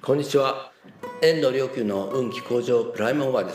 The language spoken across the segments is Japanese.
こんにちは。遠藤良久の運気向上プライムオーバーです。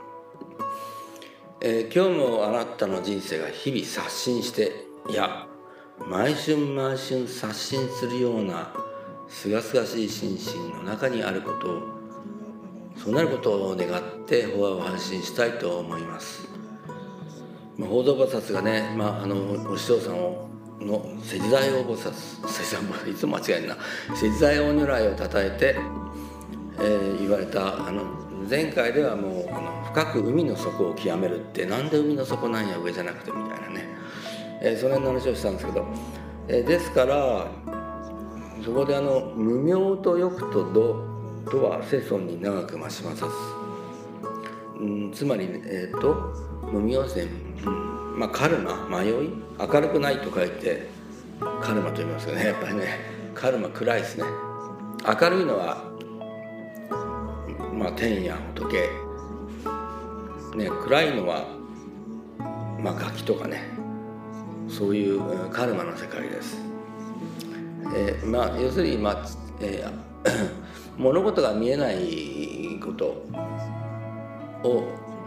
今日もあなたの人生が日々刷新して、いや毎春毎春刷新するようなすがすがしい心身の中にあることを、そうなることを願って法話を発信したいと思います。法蔵菩薩がね、お師匠さんの石材王菩薩、いつも間違えんな、石材王如来をたたえて、言われた前回ではもう深く海の底を極めるって、なんで海の底なんや上じゃなくてみたいなね、その辺の話をしたんですけど、ですからそこで無明と欲と度とは世尊に長く増しまさず、つまり無明線、カルマ、迷い、明るくないと書いてカルマと言いますけどね、やっぱりねカルマ暗いですね。明るいのは天や仏、暗いのはガキとかね、そういうカルマの世界です。要するに、物事が見えないことを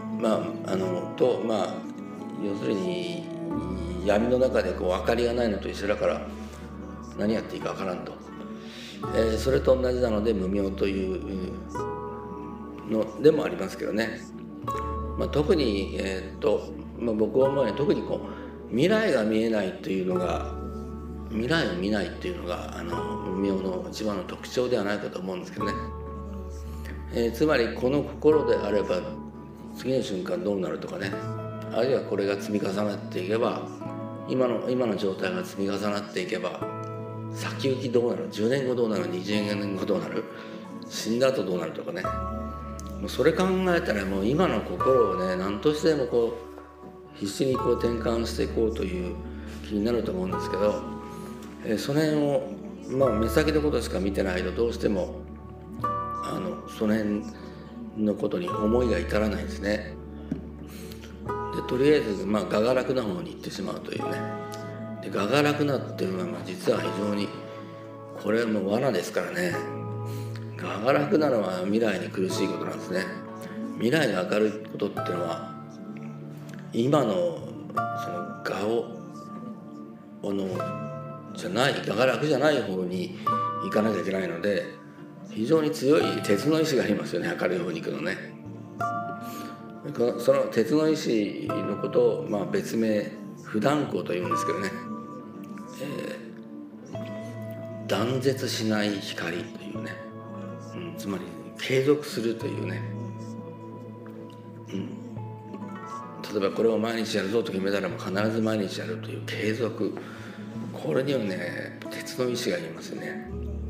要するに闇の中で明かりがないのと一緒だから何やっていいか分からんと、それと同じなので無明というのでもありますけどね。特に、僕は思うに特に未来が見えないというのが、未来を見ないっていうのが無明の一番の特徴ではないかと思うんですけどね。つまりこの心であれば次の瞬間どうなるとかね、あるいはこれが積み重なっていけば、今の状態が積み重なっていけば先行きどうなる、10年後どうなる、20年後どうなる、死んだ後どうなるとかね、もうそれ考えたらもう今の心をね何としてでも必死に転換していこうという気になると思うんですけど、その辺を目先のことしか見てないとどうしてもその辺のことに思いが至らないですね。でとりあえず我が楽な方に行ってしまうというね。で我が楽なっていうのは実は非常にこれはもう罠ですからね。我が楽なのは未来に苦しいことなんですね。未来が明るいことっていうのは今のそのじゃない、我が楽じゃない方に行かなきゃいけないので、非常に強い鉄の意志がありますよね、明るい方に行くのね。その鉄の意志のことを、別名不断光というんですけどね、断絶しない光というね、つまり継続するというね、例えばこれを毎日やるぞと決めたらもう必ず毎日やるという継続、これにはね鉄の意志がいりますよね。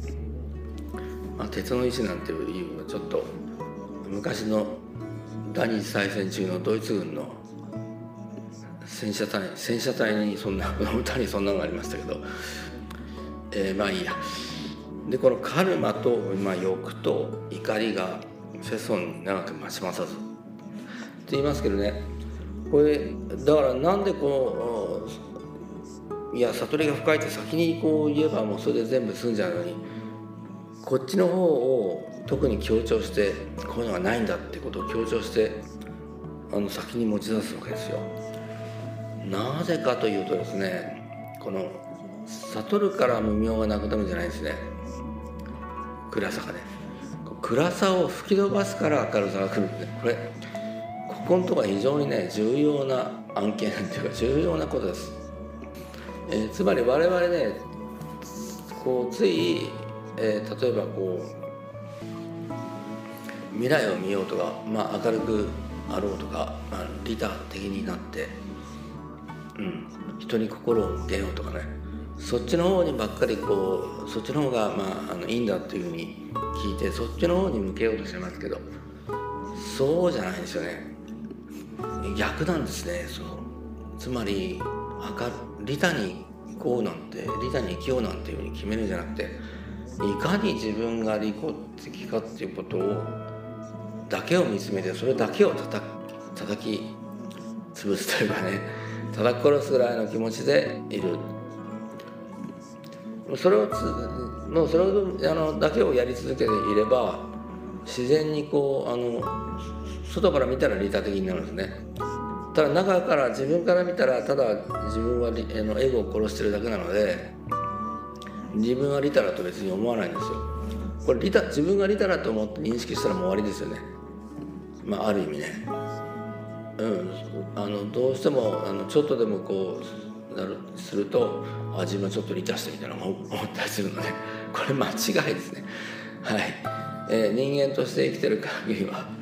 鉄の意志なんていうのはちょっと昔の第二次大戦中のドイツ軍の戦車隊にそんな歌にそんなのがありましたけど、いいや。でこのカルマと、欲と怒りが世尊に長く増しまさずって言いますけどね、これだからなんでいや悟りが深いって先に言えばもうそれで全部済んじゃうのに、こっちの方を特に強調して、こういうのがないんだってことを強調して先に持ち出すわけですよ。なぜかというとですね、この悟るから無明がなくなるんじゃないんですね。暗さがね、暗さを吹き飛ばすから明るさが来るんで、ここのところは非常にね重要な案件というか重要なことです。つまり我々ねつい、例えば未来を見ようとか、明るくあろうとか、利他的になって、人に心を向けようとかね、そっちの方にばっかりそっちの方がいいんだっていうふうに聞いてそっちの方に向けようとしてますけど、そうじゃないんですよね。逆なんですね。つまり利他に行こうなんて、利他に生きようなんていうふうに決めるんじゃなくて、いかに自分が利己的かっていうことをだけを見つめて、それだけを叩き潰すというかね、叩き殺すぐらいの気持ちでいる。 それをもうそれをだけをやり続けていれば自然にこう外から見たら利他的になるんですね。ただ中から自分から見たらただ自分はエゴを殺してるだけなので自分は利他だと別に思わないんですよ。これ自分が利他だと思って認識したらもう終わりですよね。ある意味ね、どうしてもちょっとでもこうすると自分はちょっと利他してみたいな思ったりするのでこれ間違いですね。はい、人間として生きてる限りは、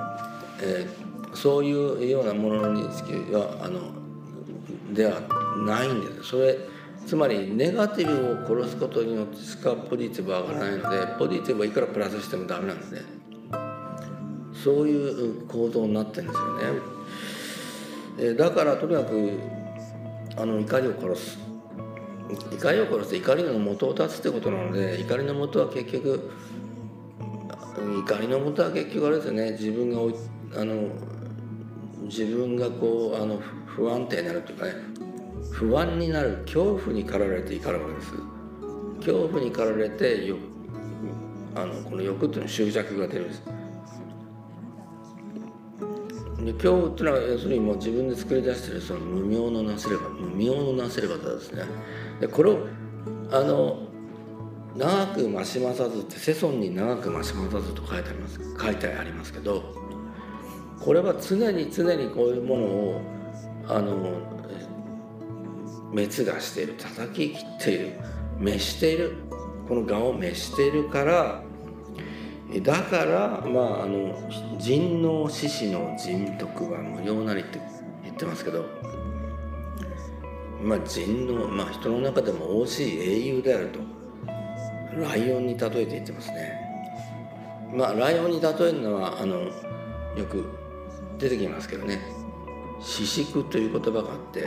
そういうようなものの認識はではないんです。それつまりネガティブを殺すことによってしかポジティブは上がらないのでポジティブはいくらプラスしてもダメなんですね。そういう構造になってるんですよね。だからとにかく怒りを殺す怒りの元を断つってことなので怒りの元は結局あれですよね。自分がこう不安定になるというかね不安になる恐怖に駆られて怒るわけです。恐怖に駆られてこの欲っていうのは執着が出るんです。で恐怖っていうのは要するにもう自分で作り出しているその無明のなせればたですね。でこれを長く増し増さずって世尊に長く増し増さずと書いてありますけどこれは常にこういうものを滅がしている叩き切っている滅しているこの我を滅しているからだから人の獅子の人徳は無用なりって言ってますけど人の人の中でも惜しい英雄であるとライオンに例えて言ってますね。ライオンに例えるのはよく出てきますけどね獅子という言葉があって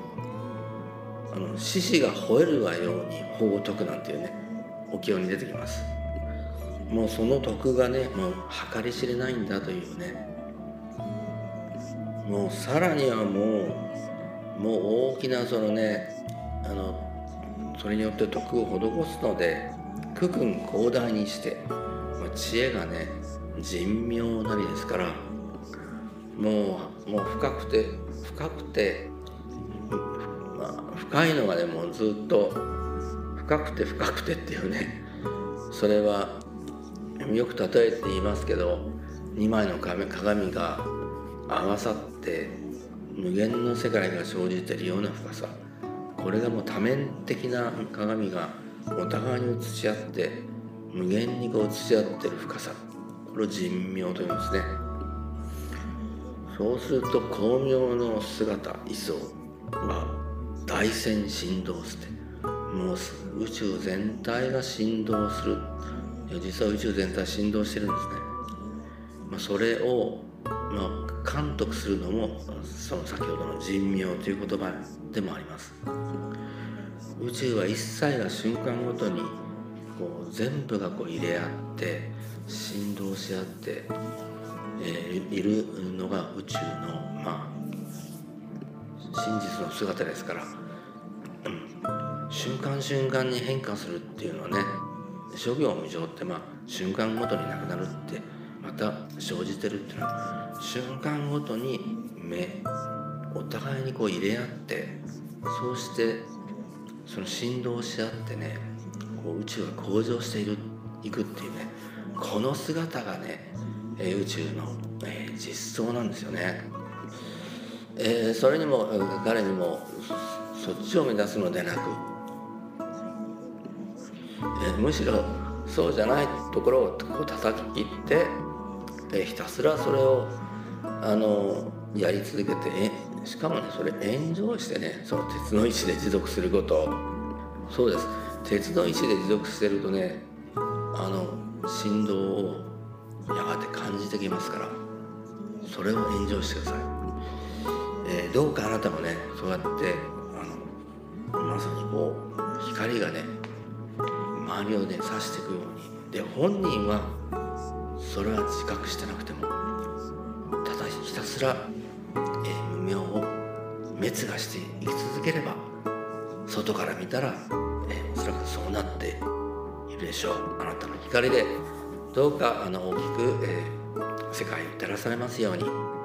獅子が吠えるがように法を説くなんていうねお経に出てきます。もうその徳がねもう計り知れないんだというねもうさらにはもう大きなそのねそれによって徳を施すので九君広大にして、知恵がね人妙なりですからもう深くて深いのがねもうずっと深くてっていうねそれはよく例えて言いますけど2枚の鏡が合わさって無限の世界が生じているような深さこれがもう多面的な鏡がお互いに映し合って無限に映し合っている深さこれを人妙というんですね。そうすると光明の姿位相は大旋振動してもう宇宙全体が振動する実は宇宙全体振動してるんですね。それを監督するのもその先ほどの人妙という言葉でもあります。宇宙は一切が瞬間ごとに全部が入れ合って振動し合っているのが宇宙の真実の姿ですから、瞬間瞬間に変化するっていうのはね諸行無常って瞬間ごとになくなるってまた生じてるっていうのは瞬間ごとにお互いに入れ合ってそうしてその振動し合ってね宇宙が向上していくっていうねこの姿がね宇宙の実相なんですよね。それにも彼にもそっちを目指すのでなく、むしろそうじゃないところを叩き切ってひたすらそれをやり続けてしかもねそれエンジョイしてねその鉄の意志で持続することそうです鉄の意志で持続してるとね振動をやがて感じてきますからそれをエンジョイしてください。どうかあなたもねそうやってまさに光がね周りをね差していくようにで本人はそれは自覚してなくてもただひたすら、無明を滅がして生き続ければ外から見たら、おそらくそなっているでしょう。あなたの光でどうか大きく、世界を照らされますように。